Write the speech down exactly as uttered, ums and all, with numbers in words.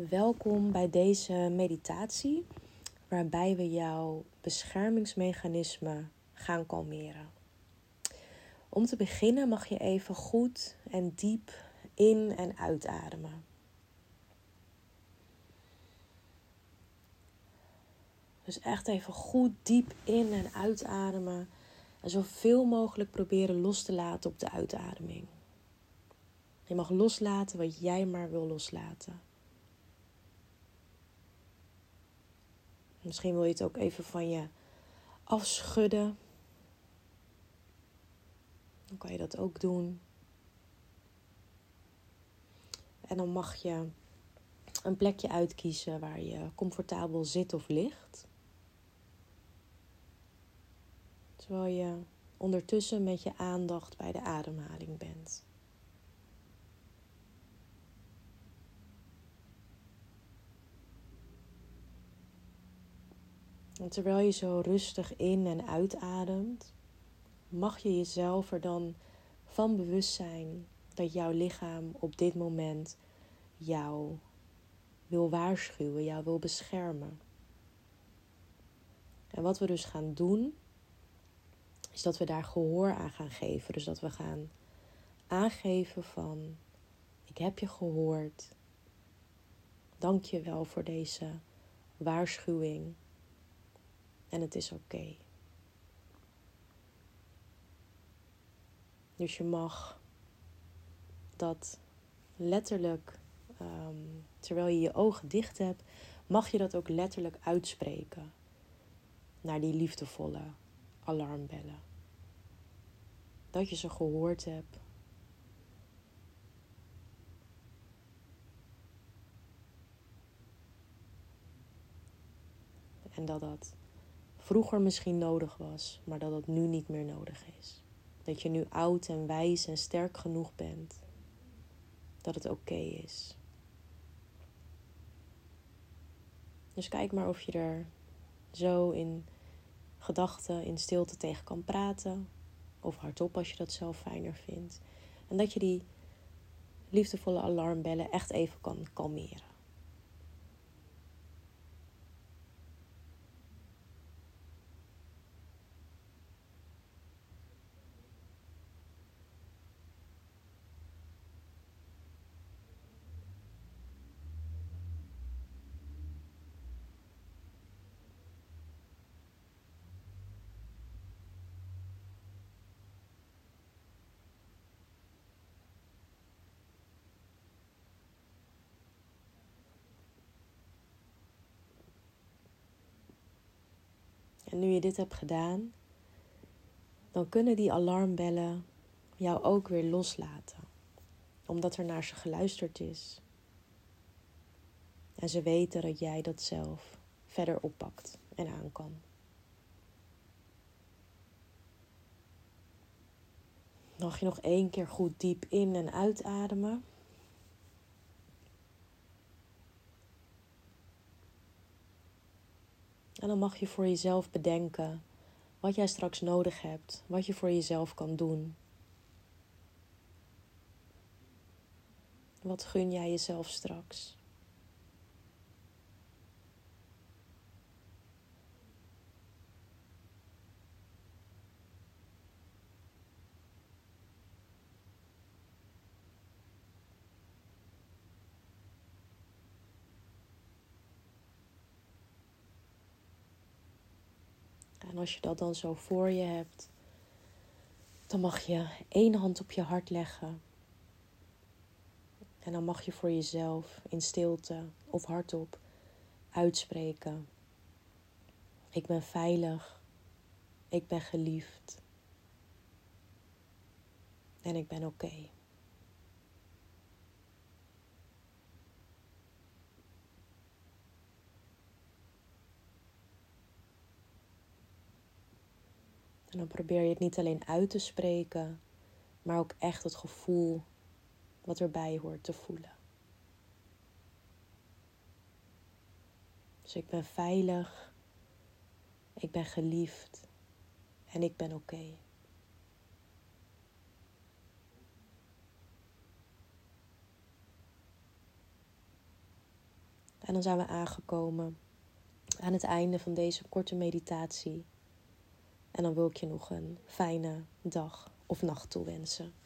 Welkom bij deze meditatie waarbij we jouw beschermingsmechanisme gaan kalmeren. Om te beginnen mag je even goed en diep in- en uitademen. Dus echt even goed diep in- en uitademen en zoveel mogelijk proberen los te laten op de uitademing. Je mag loslaten wat jij maar wil loslaten. Misschien wil je het ook even van je afschudden. Dan kan je dat ook doen. En dan mag je een plekje uitkiezen waar je comfortabel zit of ligt. Terwijl je ondertussen met je aandacht bij de ademhaling bent. En terwijl je zo rustig in- en uitademt, mag je jezelf er dan van bewust zijn dat jouw lichaam op dit moment jou wil waarschuwen, jou wil beschermen. En wat we dus gaan doen, is dat we daar gehoor aan gaan geven. Dus dat we gaan aangeven van, ik heb je gehoord. Dank je wel voor deze waarschuwing. En het is oké. Dus je mag dat letterlijk, um, terwijl je je ogen dicht hebt, mag je dat ook letterlijk uitspreken. Naar die liefdevolle alarmbellen. Dat je ze gehoord hebt. En dat dat vroeger misschien nodig was, maar dat het nu niet meer nodig is. Dat je nu oud en wijs en sterk genoeg bent. Dat het oké is. Dus kijk maar of je er zo in gedachten, in stilte tegen kan praten. Of hardop als je dat zelf fijner vindt. En dat je die liefdevolle alarmbellen echt even kan kalmeren. En nu je dit hebt gedaan, dan kunnen die alarmbellen jou ook weer loslaten. Omdat er naar ze geluisterd is. En ze weten dat jij dat zelf verder oppakt en aan kan. Dan mag je nog één keer goed diep in- en uitademen. En dan mag je voor jezelf bedenken wat jij straks nodig hebt. Wat je voor jezelf kan doen. Wat gun jij jezelf straks? En als je dat dan zo voor je hebt, dan mag je één hand op je hart leggen. En dan mag je voor jezelf in stilte of hardop uitspreken. Ik ben veilig. Ik ben geliefd. En ik ben oké. En dan probeer je het niet alleen uit te spreken, maar ook echt het gevoel wat erbij hoort te voelen. Dus ik ben veilig, ik ben geliefd en ik ben oké. En dan zijn we aangekomen aan het einde van deze korte meditatie. En dan wil ik je nog een fijne dag of nacht toewensen.